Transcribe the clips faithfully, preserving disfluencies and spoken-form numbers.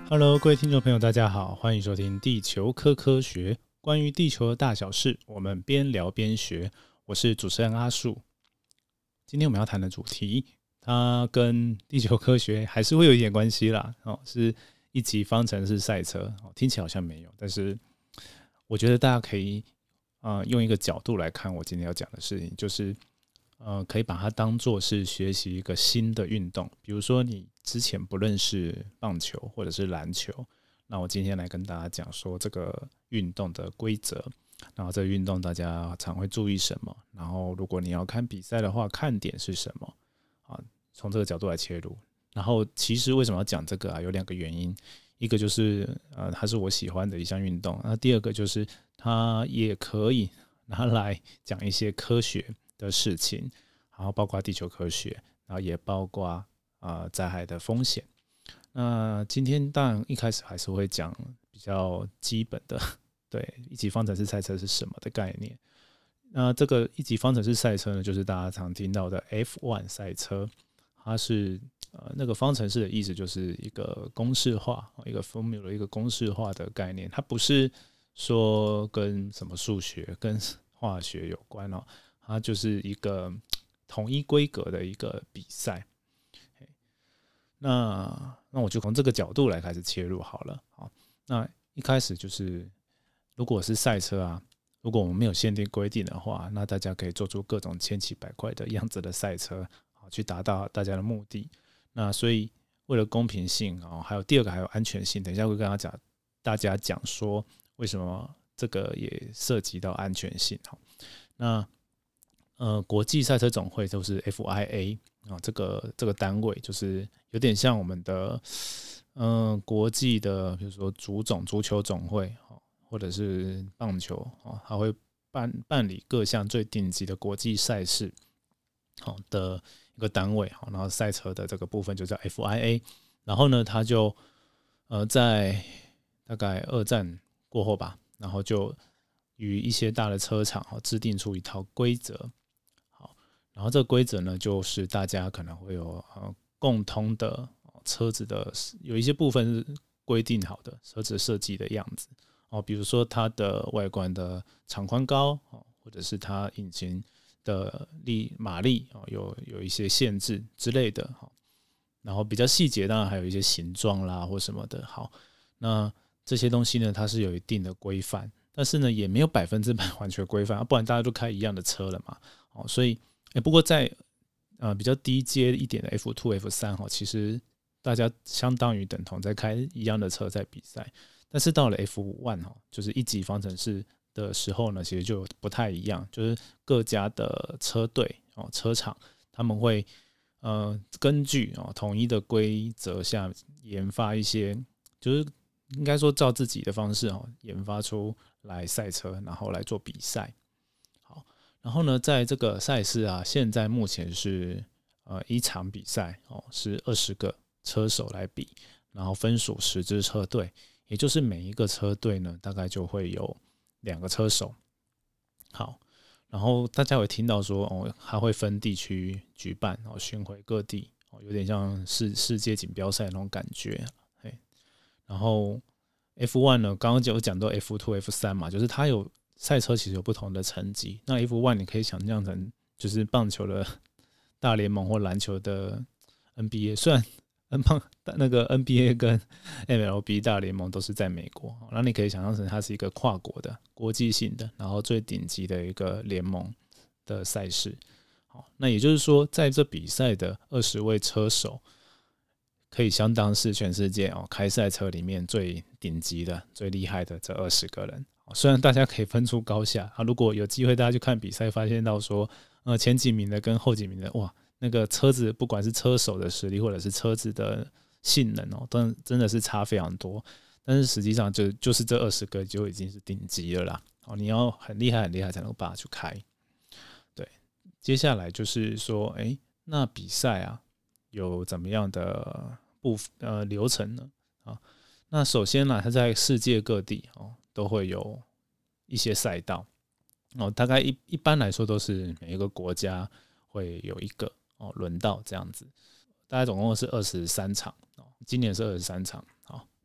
Hello， 各位听众朋友，大家好，欢迎收听地球科科学，关于地球的大小事，我们边聊边学。我是主持人阿树。今天我们要谈的主题，它跟地球科学还是会有一点关系啦，哦、是一级方程式赛车、哦。听起来好像没有，但是我觉得大家可以、呃、用一个角度来看我今天要讲的事情，就是呃，可以把它当作是学习一个新的运动，比如说你之前不认识棒球或者是篮球，那我今天来跟大家讲说这个运动的规则，然后这个运动大家常会注意什么，然后如果你要看比赛的话，看点是什么啊？从这个角度来切入。然后其实为什么要讲这个啊？有两个原因，一个就是呃，它是我喜欢的一项运动，那第二个就是它也可以拿来讲一些科学的事情，然后包括地球科学，然后也包括呃灾害的风险。那今天当然一开始还是会讲比较基本的，对一级方程式赛车是什么的概念。那这个一级方程式赛车呢，就是大家常听到的 F 一 赛车，它是呃那个方程式的意思就是一个公式化，一个 formula， 一个公式化的概念，它不是说跟什么数学、跟化学有关哦。它就是一个统一规格的一个比赛。那那我就从这个角度来开始切入好了。好，那一开始就是，如果是赛车啊，如果我们没有限定规定的话，那大家可以做出各种千奇百怪的样子的赛车，去达到大家的目的。那所以为了公平性，还有第二个还有安全性，等一下会跟大家讲，大家讲说为什么这个也涉及到安全性。好，那呃，国际赛车总会就是 F I A 啊，这个这个单位就是有点像我们的呃国际的，比如说足总、足球总会，或者是棒球，它会办办理各项最顶级的国际赛事的一个单位，然后赛车的这个部分就叫 F I A。然后呢，它就呃在大概二战过后吧，然后就与一些大的车厂制定出一套规则。然后这个规则呢，就是大家可能会有呃共通的车子的有一些部分是规定好的车子设计的样子哦，比如说它的外观的长宽高，或者是它引擎的力马力有有一些限制之类的。然后比较细节当然还有一些形状啦或什么的。好，那这些东西呢，它是有一定的规范，但是呢也没有百分之百完全规范，不然大家都开一样的车了嘛。哦，所以欸、不过在呃比较低阶一点的 F 二 F 三 其实大家相当于等同在开一样的车在比赛，但是到了 F 一 就是一级方程式的时候呢，其实就不太一样，就是各家的车队车厂他们会呃根据统一的规则下研发一些，就是应该说照自己的方式研发出来赛车，然后来做比赛。然后呢，在这个赛事啊，现在目前是呃一场比赛哦，是二十个车手来比，然后分属十支车队，也就是每一个车队呢，大概就会有两个车手。好，然后大家会听到说哦，还会分地区举办哦，巡回各地哦，有点像世世界锦标赛那种感觉。嘿，然后 F 一 呢，刚刚有讲到 F 二 F 三 嘛，就是它有。赛车其实有不同的层级，那 F 一 你可以想象成就是棒球的大联盟或篮球的 N B A， 虽然那个 N B A 跟 M L B 大联盟都是在美国，那你可以想象成它是一个跨国的国际性的，然后最顶级的一个联盟的赛事。好，那也就是说在这比赛的二十位车手可以相当是全世界开赛车里面最顶级的最厉害的这二十个人。虽然大家可以分出高下，如果有机会大家去看比赛，发现到说呃前几名的跟后几名的，哇，那个车子不管是车手的实力或者是车子的性能哦，都真的是差非常多。但是实际上就就是这二十个就已经是顶级了啦。你要很厉害很厉害才能把它去开。对，接下来就是说，哎，那比赛啊有怎么样的部呃流程呢？啊，那首先呢，它在世界各地哦都会有一些赛道哦，大概 一, 一般来说都是每一个国家会有一个哦轮道这样子，大概总共是二十三场哦，今年是二十三场。好，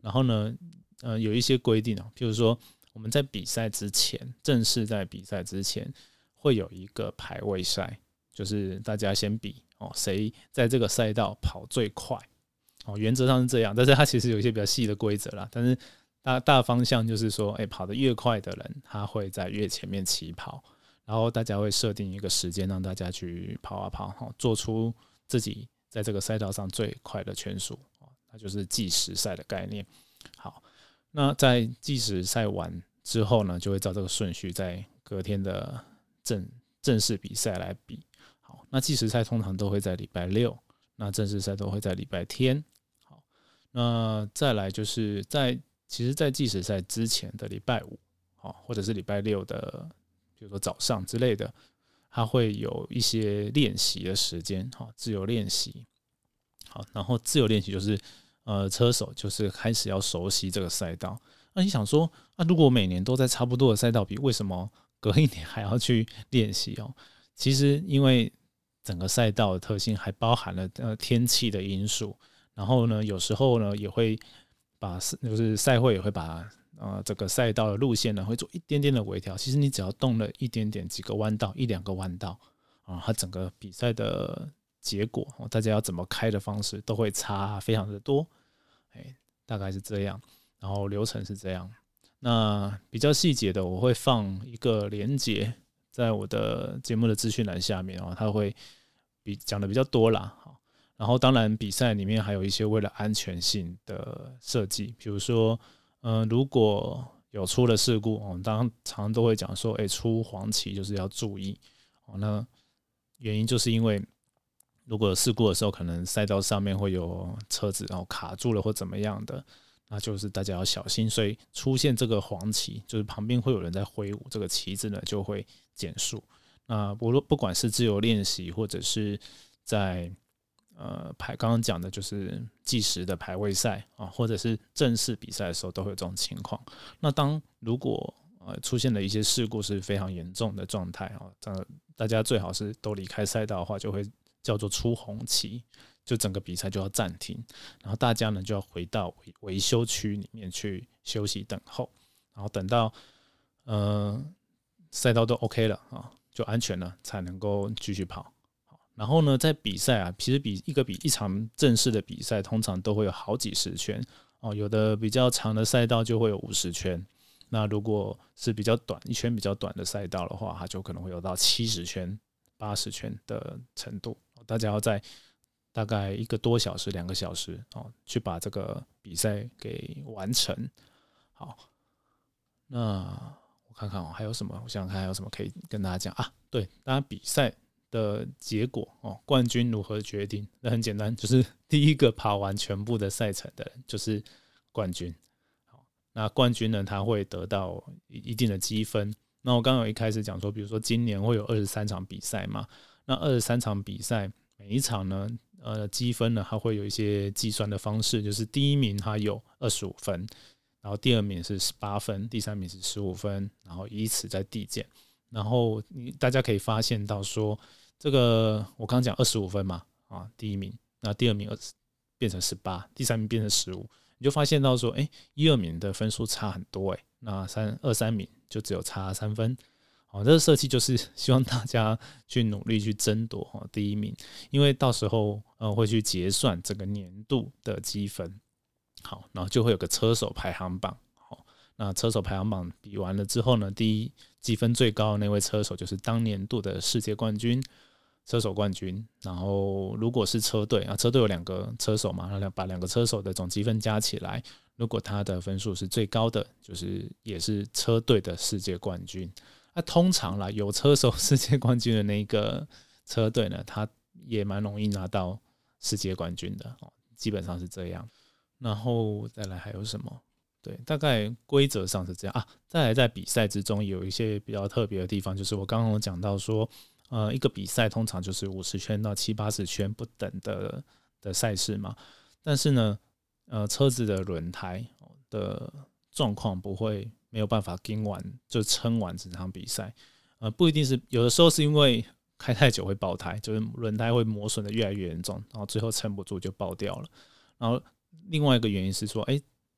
然后呢，呃，有一些规定啊，譬如说我们在比赛之前，正式在比赛之前会有一个排位赛，就是大家先比哦，谁在这个赛道跑最快哦，原则上是这样，但是它其实有一些比较细的规则啦，但是大大方向就是说，哎，跑得越快的人，他会在越前面起跑，然后大家会设定一个时间让大家去跑啊跑，做出自己在这个赛道上最快的圈数，那就是计时赛的概念。好，那在计时赛完之后呢，就会照这个顺序在隔天的正正式比赛来比。好，那计时赛通常都会在礼拜六，那正式赛都会在礼拜天。好，那再来就是在其实，在计时赛之前的礼拜五，或者是礼拜六的，比如说早上之类的，它会有一些练习的时间，自由练习。好，然后自由练习就是呃，车手就是开始要熟悉这个赛道。那你想说，那、啊、如果每年都在差不多的赛道比，为什么隔一年还要去练习哦？其实因为整个赛道的特性还包含了呃天气的因素，然后呢，有时候呢也会把就是赛会也会把呃这个赛道的路线呢会做一点点的微调。其实你只要动了一点点几个弯道，一两个弯道啊，它整个比赛的结果，大家要怎么开的方式都会差非常的多，哎，大概是这样，然后流程是这样。那比较细节的，我会放一个连结在我的节目的资讯栏下面，它会比讲的比较多啦。然后当然比赛里面还有一些为了安全性的设计，比如说，呃，如果有出了事故，我们当然常常都会讲说，哎，出黄旗就是要注意。那原因就是因为如果有事故的时候，可能赛道上面会有车子然后卡住了或怎么样的，那就是大家要小心。所以出现这个黄旗，就是旁边会有人在挥舞这个旗子呢，就会减速。那不不管是自由练习，或者是在呃排刚刚讲的就是计时的排位赛啊，或者是正式比赛的时候，都会有这种情况。那当如果呃出现了一些事故是非常严重的状态啊，大家最好是都离开赛道的话，就会叫做出红旗，就整个比赛就要暂停，然后大家呢就要回到维修区里面去休息等候，然后等到呃赛道都 OK 了啊，就安全了，才能够继续跑。然后呢，在比赛啊，其实比一个比一场正式的比赛，通常都会有好几十圈哦。有的比较长的赛道就会有五十圈，那如果是比较短一圈比较短的赛道的话，它就可能会有到七十圈、八十圈的程度。大家要在大概一个多小时、两个小时哦，去把这个比赛给完成。好，那我看看哦，还有什么？我想想看还有什么可以跟大家讲啊？对，大家比赛的结果哦，冠军如何决定？那很简单，就是第一个跑完全部的赛程的人就是冠军。好，那冠军呢，他会得到一定的积分。那我刚刚有一开始讲说，比如说今年会有二十三场比赛嘛，那二十三场比赛每一场呢，呃，积分呢，它会有一些计算的方式，就是第一名他有二十五分，然后第二名是十八分，第三名是十五分，然后以此在递减。然后大家可以发现到说，这个我刚刚讲二十五分嘛，啊，第一名，那第二名变成十八，第三名变成十五，你就发现到说，哎，一二名的分数差很多，哎，那三二三名就只有差三分。好，这个设计就是希望大家去努力去争夺第一名，因为到时候呃会去结算整个年度的积分。好，然后就会有个车手排行榜。好，那车手排行榜比完了之后呢，第一积分最高的那位车手就是当年度的世界冠军、车手冠军。然后如果是车队啊，车队有两个车手嘛，那把两个车手的总积分加起来，如果他的分数是最高的，就是也是车队的世界冠军。那、啊、通常啦，有车手世界冠军的那个车队呢，他也蛮容易拿到世界冠军的，基本上是这样。然后再来还有什么？对，大概规则上是这样啊。再来在比赛之中有一些比较特别的地方，就是我刚刚有讲到说，呃，一个比赛通常就是五十圈到七八十圈不等的的赛事嘛，但是呢，呃，车子的轮胎的状况不会没有办法跟完就撑完整场比赛，呃，不一定是，有的时候是因为开太久会爆胎，就是轮胎会磨损的越来越严重，然后最后撑不住就爆掉了。然后另外一个原因是说，哎，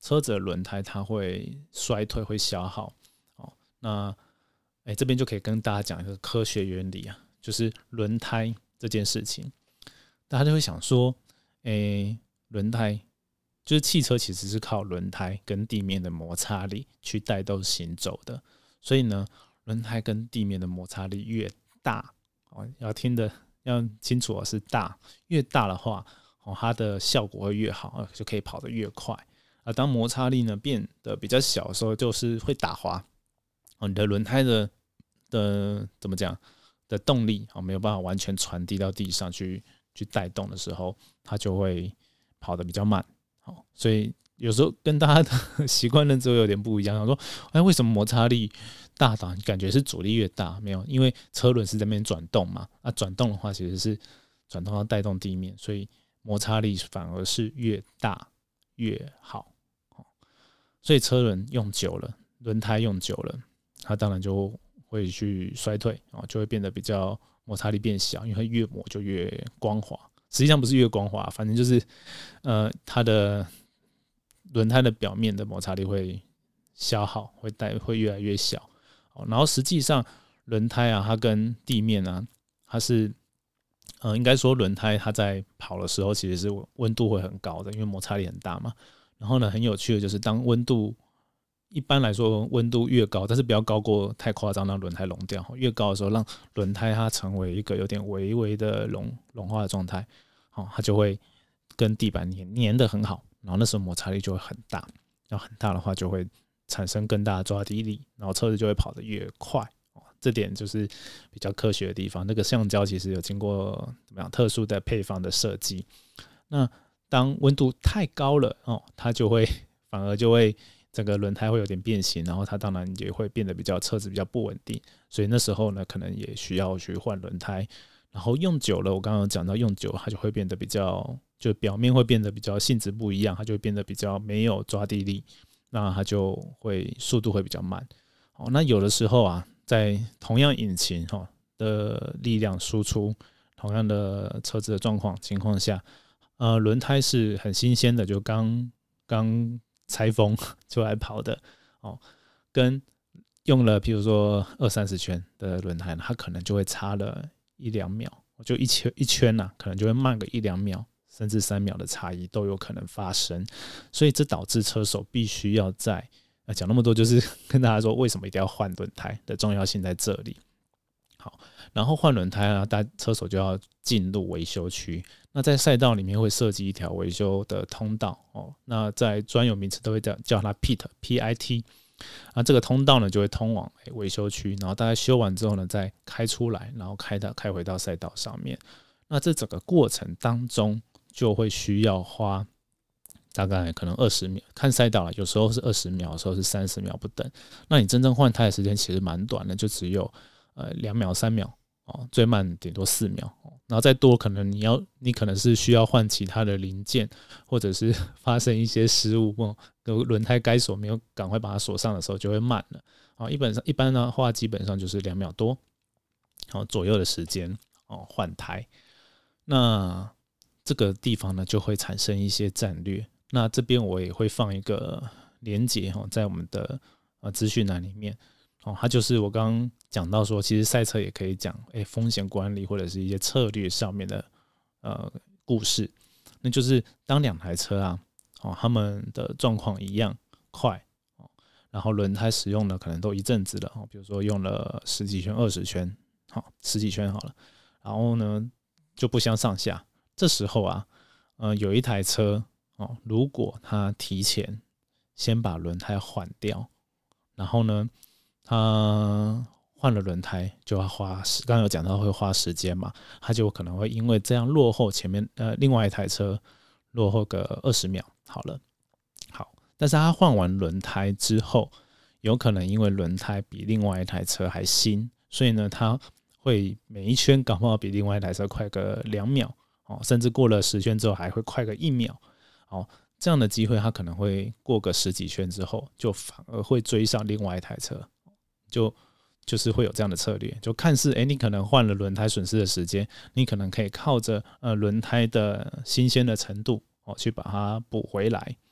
车子的轮胎它会衰退会消耗。哦，那哎这边就可以跟大家讲一个科学原理啊，就是轮胎这件事情，大家就会想说，哎，轮胎就是汽车其实是靠轮胎跟地面的摩擦力去带动行走的，所以呢，轮胎跟地面的摩擦力越大，哦，要听的要清楚的是大，越大的话，哦，它的效果会越好，就可以跑得越快。而当摩擦力呢变得比较小的时候，就是会打滑，哦，你的轮胎的的怎么讲的动力，哦，没有办法完全传递到地上去去带动的时候，它就会跑得比较慢。好，所以有时候跟大家的习惯认知有点不一样。想说，哎，为什么摩擦力大的感觉是阻力越大？没有，因为车轮是在那边转动嘛。啊，转动的话其实是转动要带动地面，所以摩擦力反而是越大越好。所以车轮用久了，轮胎用久了，它当然就会去衰退，就会变得比较摩擦力变小，因为它越磨就越光滑。实际上不是越光滑，反正就是，呃，它的轮胎的表面的摩擦力会消耗，会带会越来越小。然后实际上轮胎啊，它跟地面啊，它是，呃，应该说轮胎它在跑的时候其实是温度会很高的，因为摩擦力很大嘛。然后呢，很有趣的就是当温度一般来说温度越高，但是不要高过太夸张，让轮胎融掉。越高的时候，让轮胎它成为一个有点微微的融融化的状态，它就会跟地板粘粘得很好，然后那时候摩擦力就会很大，然后很大的话就会产生更大的抓地力，然后车子就会跑得越快。这点就是比较科学的地方。那个橡胶其实有经过怎么样特殊的配方的设计。那当温度太高了，它就会反而就会整个轮胎会有点变形，然后它当然也会变得比较车子比较不稳定，所以那时候呢可能也需要去换轮胎。然后用久了，我刚刚讲到用久了它就会变得比较，就表面会变得比较性质不一样，它就会变得比较没有抓地力，那它就会速度会比较慢。那有的时候啊，在同样引擎的力量输出，同样的车子的状况情况下，呃，轮胎是很新鲜的，就刚刚拆封出来跑的，哦，跟用了譬如说二三十圈的轮胎，它可能就会差了一两秒，就一圈一圈呐、啊，可能就会慢个一两秒，甚至三秒的差异都有可能发生。所以这导致车手必须要在讲那么多，就是跟大家说为什么一定要换轮胎的重要性在这里。好，然后换轮胎啊，大家车手就要进入维修区。那在赛道里面会设计一条维修的通道哦，那在专有名词都会叫叫它 pit P I T。那这个通道呢就会通往维修区，然后大家修完之后呢再开出来，然后开到开回到赛道上面。那这整个过程当中就会需要花大概可能二十秒，看赛道了，有时候是二十秒，有时候是三十秒不等。那你真正换胎的时间其实蛮短的，就只有呃两秒、三秒哦，最慢顶多四秒。然后再多，可能你要你可能是需要换其他的零件，或者是发生一些失误，哦，轮胎该锁没有赶快把它锁上的时候就会慢了。哦，一般上一般的话，基本上就是两秒多，哦左右的时间哦换胎。那这个地方呢就会产生一些战略。那这边我也会放一个连结在我们的资讯栏里面。哦，它就是我刚刚讲到说，其实赛车也可以讲，欸，风险管理或者是一些策略上面的呃故事。那就是当两台车啊，哦，他们的状况一样快，哦，然后轮胎使用的可能都一阵子了，哦，比如说用了十几圈、二十圈，好，十几圈好了，然后呢就不相上下。这时候啊，呃，有一台车哦，如果它提前先把轮胎换掉，然后呢，他换了轮胎就要花，刚刚有讲到会花时间嘛，他就可能会因为这样落后前面呃另外一台车落后个二十秒好了。好，但是他换完轮胎之后，有可能因为轮胎比另外一台车还新，所以呢他会每一圈搞不好比另外一台车快个两秒，哦，甚至过了十圈之后还会快个一秒。哦，这样的机会他可能会过个十几圈之后就反而会追上另外一台车，就就是会有这样的策略，就看似哎，你可能换了轮胎损失的时间，你可能可以靠着呃轮胎的新鲜的程度，哦，去把它补回来。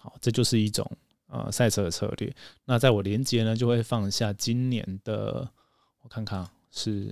好，这就是一种呃赛车的策略。那在我连结呢，就会放下今年的，我看看是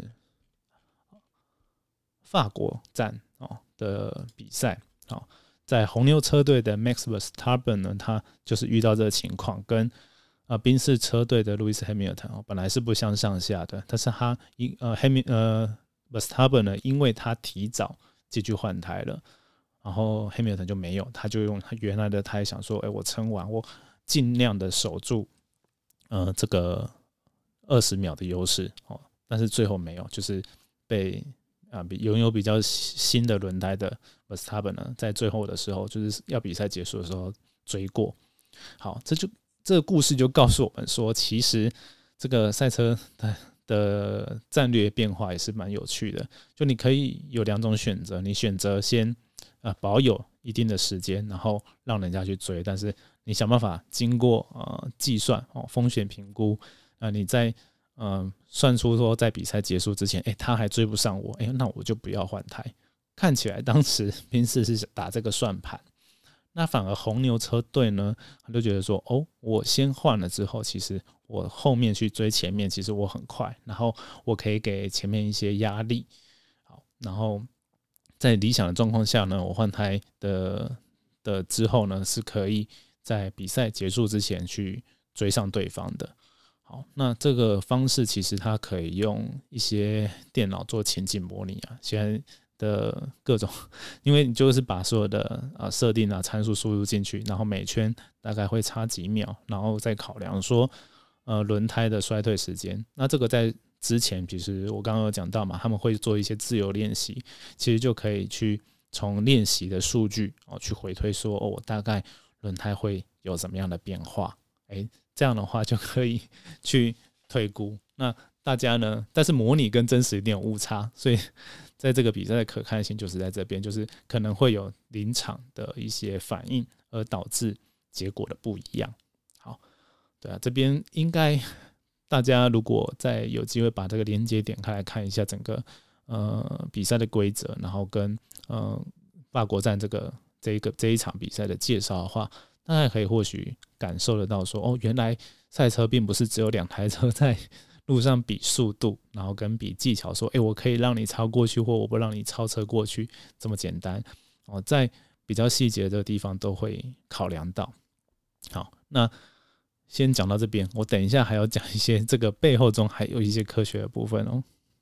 法国站哦的比赛。好，在红牛车队的 Max Verstappen 呢，他就是遇到这个情况，跟呃宾士车队的 Lewis Hamilton 哦，本来是不相上下的，但是他因呃 Ham 呃 Verstappen 呢，因为他提早进去换胎了，然后 Hamilton 就没有，他就用他原来的胎想说，哎，我撑完，我尽量的守住呃这个二十秒的优势哦，但是最后没有，就是被啊，拥有比较新的轮胎的 Verstappen 呢，在最后的时候，就是要比赛结束的时候追过。好，这就这个故事就告诉我们说，其实这个赛车的的战略变化也是蛮有趣的。就你可以有两种选择，你选择先呃保有一定的时间，然后让人家去追，但是你想办法经过呃计算哦风险评估，呃你在嗯，算出说在比赛结束之前，哎、欸，他还追不上我，哎、欸，那我就不要换胎。看起来当时宾士是打这个算盘，那反而红牛车队呢，他就觉得说，哦，我先换了之后，其实我后面去追前面，其实我很快，然后我可以给前面一些压力，好，然后在理想的状况下呢，我换胎的的之后呢，是可以在比赛结束之前去追上对方的。好，那这个方式其实它可以用一些电脑做情景模拟啊，现在的各种，因为你就是把所有的啊设定啊参数输入进去，然后每圈大概会差几秒，然后再考量说呃轮胎的衰退时间。那这个在之前其实我刚刚有讲到嘛，他们会做一些自由练习，其实就可以去从练习的数据哦去回推说哦，我大概轮胎会有什么样的变化，哎。这样的话就可以去推估。那大家呢？但是模拟跟真实一定有误差，所以在这个比赛的可看性就是在这边，就是可能会有临场的一些反应，而导致结果的不一样。好，对啊，这边应该大家如果再有机会把这个连结点开来看一下整个呃比赛的规则，然后跟呃法国站这个这一个这一场比赛的介绍的话。大家可以或许感受得到说，哦，原来赛车并不是只有两台车在路上比速度，然后跟比技巧，说，哎，我可以让你超过去，或我不让你超车过去，这么简单。哦，在比较细节的地方都会考量到。好，那先讲到这边，我等一下还要讲一些这个背后中还有一些科学的部分哦。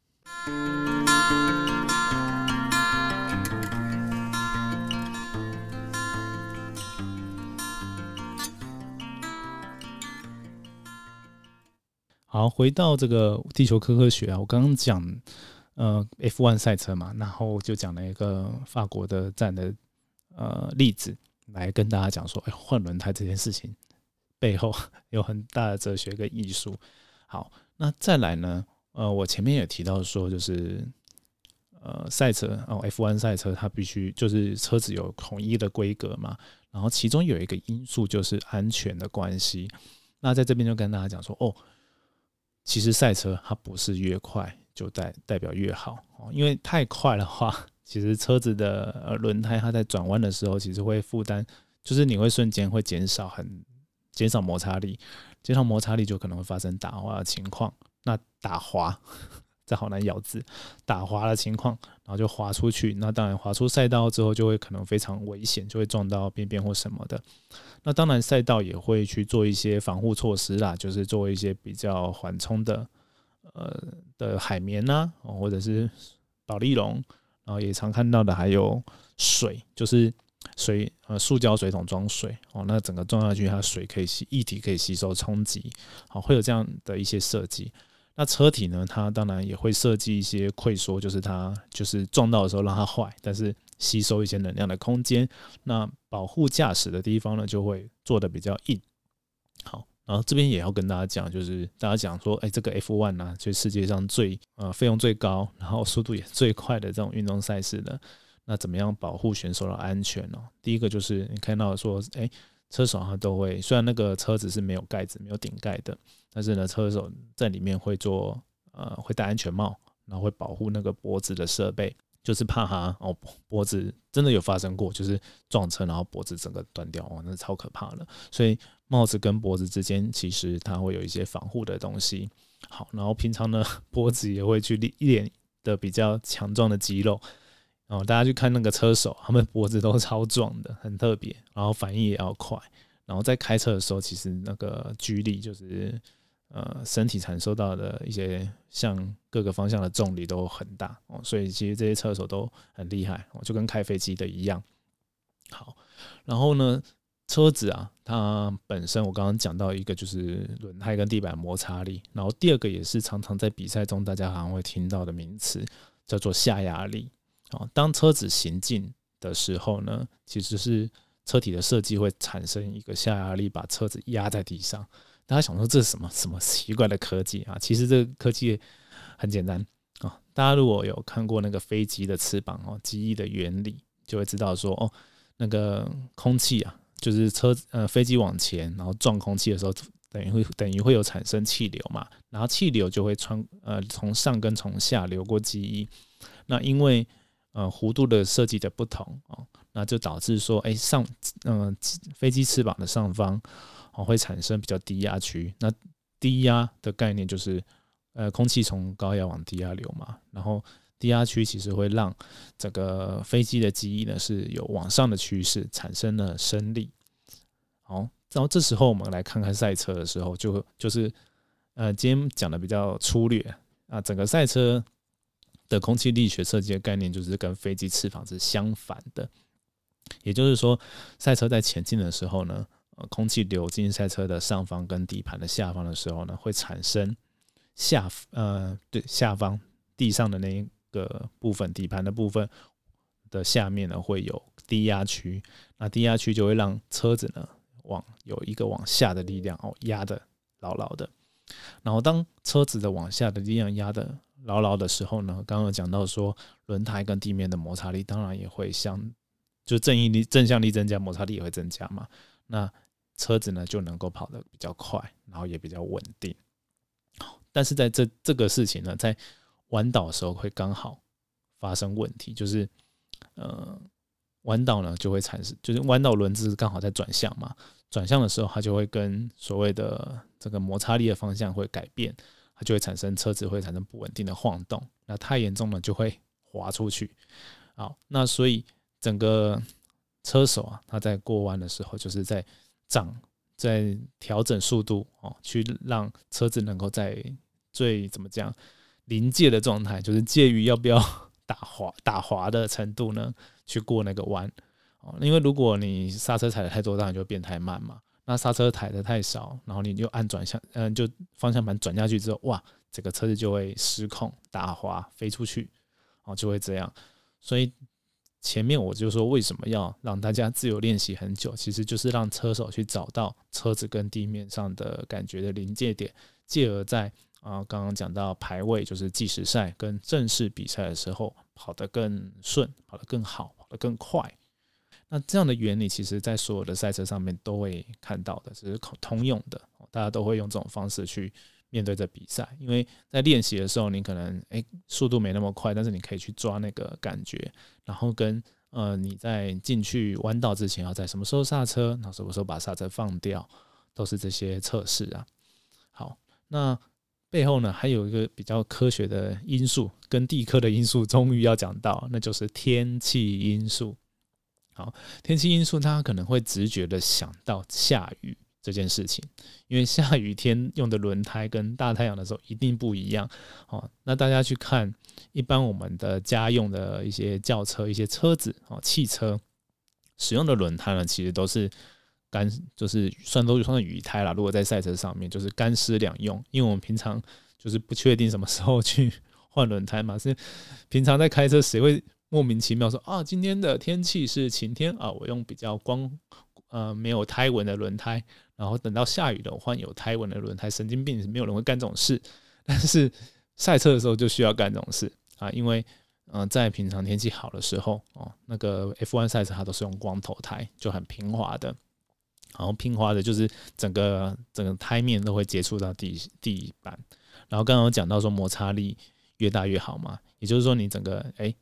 好，回到这个地球科科学啊，我刚刚讲呃 F 一 赛车嘛，然后就讲了一个法国的站的呃例子，来跟大家讲说，哎，换轮胎这件事情背后有很大的哲学跟艺术。好，那再来呢，呃，我前面也提到说，就是呃赛车哦 F 一 赛车它必须就是车子有统一的规格嘛，然后其中有一个因素就是安全的关系。那在这边就跟大家讲说，哦。其实赛车它不是越快就代代表越好，因为太快的话，其实车子的轮胎它在转弯的时候，其实会负担，就是你会瞬间会减少很减少摩擦力，减少摩擦力就可能会发生打滑的情况。那打滑，这好难咬字，打滑的情况，然后就滑出去，那当然滑出赛道之后，就会可能非常危险，就会撞到边边或什么的。那当然，赛道也会去做一些防护措施啦，就是做一些比较缓冲的，呃的海绵啊，或者是保丽龙，然后也常看到的还有水，就是水呃塑胶水桶装水哦，那整个装下去，它水可以吸液体可以吸收冲击，好，会有这样的一些设计。那车体呢，它当然也会设计一些溃缩，就是它就是撞到的时候让它坏，但是吸收一些能量的空间。那保护驾驶的地方呢，就会做的比较硬。好，然后这边也要跟大家讲，就是大家讲说，哎，这个 F 一 啊，就世界上最呃费用最高，然后速度也最快的这种运动赛事呢，那怎么样保护选手的安全呢？第一个就是你看到说，哎，车手他都会，虽然那个车子是没有盖子、没有顶盖的，但是呢，车手在里面会做呃会戴安全帽，然后会保护那个脖子的设备。 就是怕他哦脖子真的有发生过，就是撞车然后脖子整个断掉哦，那超可怕的。所以帽子跟脖子之间其实它会有一些防护的东西。好，然后平常呢脖子也会去练的比较强壮的肌肉。哦，大家去看那个车手，他们脖子都超壮的，很特别，然后反应也要快，然后在开车的时候，其实那个居力就是呃身体承受到的一些像各个方向的重力都很大哦，所以其实这些车手都很厉害，就跟开飞机的一样。好，然后呢，车子啊，它本身我刚刚讲到一个就是轮胎跟地板摩擦力，然后第二个也是常常在比赛中大家好像会听到的名词，叫做下压力。当车子行进的时候呢，其实是车体的设计会产生一个下压力，把车子压在地上。大家想说这是什么什么奇怪的科技啊？其实这个科技很简单啊。大家如果有看过那个飞机的翅膀哦，机翼的原理，就会知道说哦，那个空气啊，就是车呃飞机往前，然后撞空气的时候，等于会等于会有产生气流嘛，然后气流就会穿呃从上跟从下流过机翼。那因为呃，弧度的设计的不同哦，那就导致说，哎，上呃飞机翅膀的上方哦会产生比较低压区。那低压的概念就是，呃，空气从高压往低压流嘛，然后低压区其实会让整个飞机的机翼呢是有往上的趋势，产生了升力。好，然后这时候我们来看看赛车的时候，就就是呃，今天讲的比较粗略啊，整个赛车的空气力学设计的概念就是跟飞机翅膀是相反的，也就是说，赛车在前进的时候呢，呃、空气流进赛车的上方跟底盘的下方的时候呢，会产生下呃对下方地上的那一个部分，底盘的部分的下面呢会有低压区，那低压区就会让车子呢往有一个往下的力量哦压得牢牢的，然后当车子的往下的力量压得牢牢的时候呢，刚刚有讲到说轮胎跟地面的摩擦力当然也会相就正应力正向力增加，摩擦力也会增加嘛，那车子呢就能够跑得比较快，然后也比较稳定。但是在这这个事情呢，在弯道的时候会刚好发生问题，就是呃弯道呢就会产生，就是弯道轮子刚好在转向嘛，转向的时候它就会跟所谓的这个摩擦力的方向会改变，它就会产生车子会产生不稳定的晃动，那太严重了就会滑出去。好，那所以整个车手啊，他在过弯的时候就是在掌在调整速度哦，去让车子能够在最怎么讲临界的状态，就是介于要不要打滑打滑的程度呢，去过那个弯。因为如果你刹车踩的太多，当然就会变太慢嘛。那刹车踩的太少，然后你就按转向，嗯，就方向盘转下去之后，哇，整个车子就会失控打滑飞出去，哦，就会这样。所以前面我就说为什么要让大家自由练习很久，其实就是让车手去找到车子跟地面上的感觉的临界点，继而在啊刚刚讲到排位，就是计时赛跟正式比赛的时候跑得更顺，跑得更好，跑得更快。那这样的原理其实在所有的赛车上面都会看到的，只是通用的，大家都会用这种方式去面对这比赛。因为在练习的时候你可能、欸、速度没那么快，但是你可以去抓那个感觉，然后跟呃你在进去弯道之前要在什么时候刹车，然后什么时候把刹车放掉，都是这些测试啊。好，那背后呢还有一个比较科学的因素，跟地科的因素终于要讲到，那就是天气因素。好，天气因素它可能会直觉的想到下雨这件事情，因为下雨天用的轮胎跟大太阳的时候一定不一样。哦，那大家去看一般我们的家用的一些轿车、一些车子、哦、汽车使用的轮胎呢，其实都是干，就是算都算雨胎啦。如果在赛车上面，就是干湿两用，因为我们平常就是不确定什么时候去换轮胎嘛，是平常在开车谁会莫名其妙说啊，今天的天气是晴天啊，我用比较光呃没有胎纹的轮胎，然后等到下雨了我换有胎纹的轮胎，神经病，没有人会干这种事。但是赛车的时候就需要干这种事啊，因为呃在平常天气好的时候哦，那个 F 一 赛车它都是用光头胎，就很平滑的，然后平滑的就是整个整个胎面都会接触到地地板。然后刚刚有讲到说摩擦力越大越好嘛，也就是说你整个哎。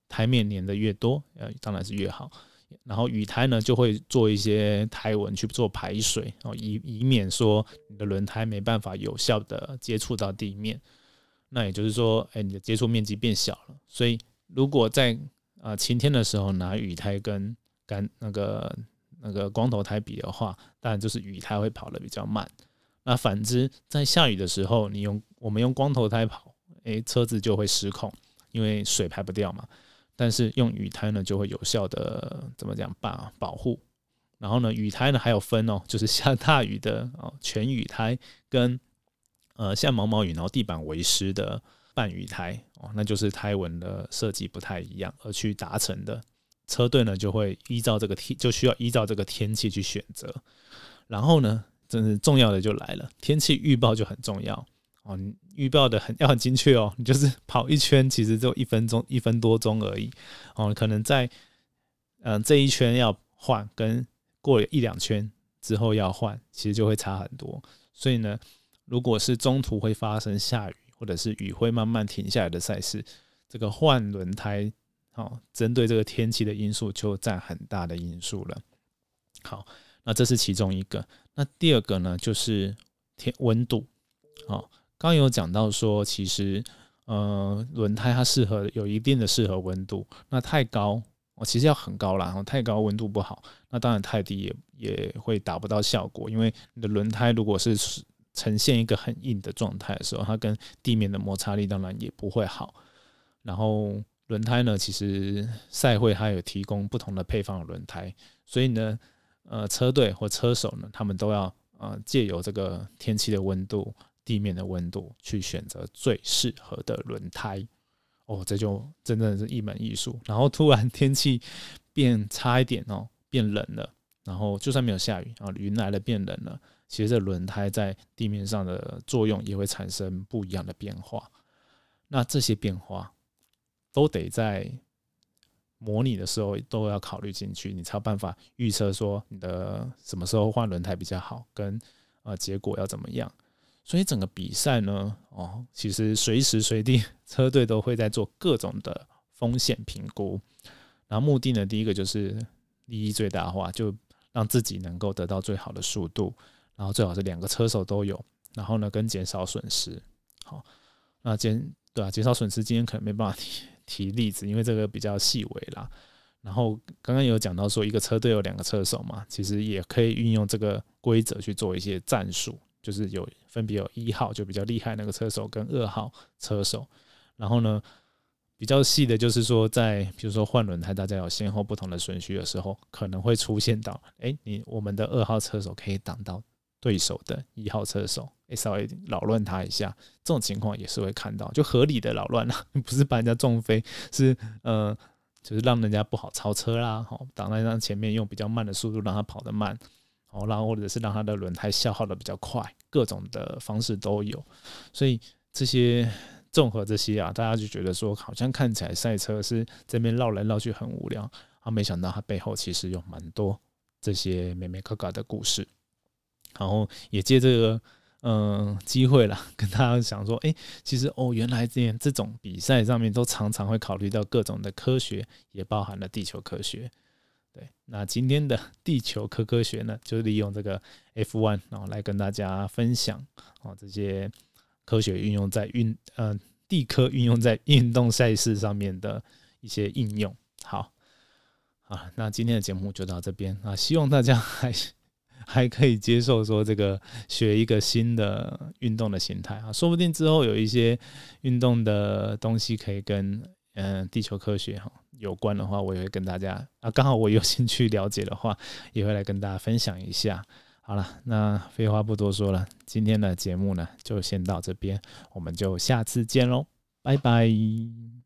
台面粘的越多，呃，当然是越好。然后雨胎呢，就会做一些胎纹去做排水，哦，以以免说你的轮胎没办法有效的接触到地面。那也就是说，哎，你的接触面积变小了。所以如果在呃晴天的时候拿雨胎跟干那个那个光头胎比的话，当然就是雨胎会跑得比较慢。那反之，在下雨的时候，你用我们用光头胎跑，哎，车子就会失控，因为水排不掉嘛。但是用雨胎呢，就会有效的怎么讲保保护。然后呢，雨胎呢还有分哦，就是下大雨的哦全雨胎跟呃下毛毛雨然后地板为湿的半雨胎哦，那就是胎纹的设计不太一样而去达成的。车队呢就会依照这个天，就需要依照这个天气去选择。然后呢，真是重要的就来了，天气预报就很重要。哦，你预报的很要很精确哦，你就是跑一圈，其实就一分钟一分多钟而已。哦，可能在嗯、呃、这一圈要换，跟过了一两圈之后要换，其实就会差很多。所以呢，如果是中途会发生下雨，或者是雨会慢慢停下来的赛事，这个换轮胎，哦，针对这个天气的因素就占很大的因素了。好，那这是其中一个。那第二个呢，就是天温度。哦。刚刚有讲到说，其实呃轮胎它适合有一定的适合温度，那太高哦，其实要很高啦，太高温度不好，那当然太低也也会达不到效果，因为你的轮胎如果是呈现一个很硬的状态的时候，它跟地面的摩擦力当然也不会好。然后轮胎呢，其实赛会它有提供不同的配方的轮胎，所以呢，呃车队或车手呢，他们都要呃借由这个天气的温度。地面的温度去选择最适合的轮胎。哦，这就真的是一门艺术。然后突然天气变差一点哦，变冷了，然后就算没有下雨啊，云来了变冷了，其实这轮胎在地面上的作用也会产生不一样的变化。那这些变化都得在模拟的时候都要考虑进去，你才有办法预测说你的什么时候换轮胎比较好，跟呃结果要怎么样。所以整个比赛呢，哦，其实随时随地车队都会在做各种的风险评估，然后目的呢，第一个就是利益最大化，就让自己能够得到最好的速度，然后最好是两个车手都有，然后呢跟减少损失。好，那减对啊，减少损失今天可能没办法提提例子，因为这个比较细微啦。然后刚刚有讲到说一个车队有两个车手嘛，其实也可以运用这个规则去做一些战术。就是有分别有一号就比较厉害那个车手跟二号车手，然后呢比较细的就是说在比如说换轮胎大家有先后不同的顺序的时候，可能会出现到哎、欸，你我们的二号车手可以挡到对手的一号车手，欸、稍微扰乱他一下，这种情况也是会看到，就合理的扰乱啦，不是把人家撞飞，是呃就是让人家不好超车啦，挡在他前面用比较慢的速度让他跑得慢。然后或者是让它的轮胎消耗的比较快，各种的方式都有。所以这些综合这些啊，大家就觉得说好像看起来赛车是这边绕来绕去很无聊，啊，没想到它背后其实有蛮多这些美美嘎嘎的故事。然后也借这个嗯机会啦，跟大家讲说，哎、欸，其实哦，原来这这种比赛上面都常常会考虑到各种的科学，也包含了地球科学。对，那今天的地球科科学呢，就利用这个 F 一 然后来跟大家分享哦，这些科学运用在运呃地科运用在运动赛事上面的一些应用。好啊，那今天的节目就到这边啊，希望大家还还可以接受说这个学一个新的运动的形态啊，说不定之后有一些运动的东西可以跟嗯、呃、地球科学哈。有关的话，我也会跟大家啊，刚好我有兴趣了解的话，也会来跟大家分享一下。好了，那废话不多说了，今天的节目呢就先到这边，我们就下次见喽，拜拜。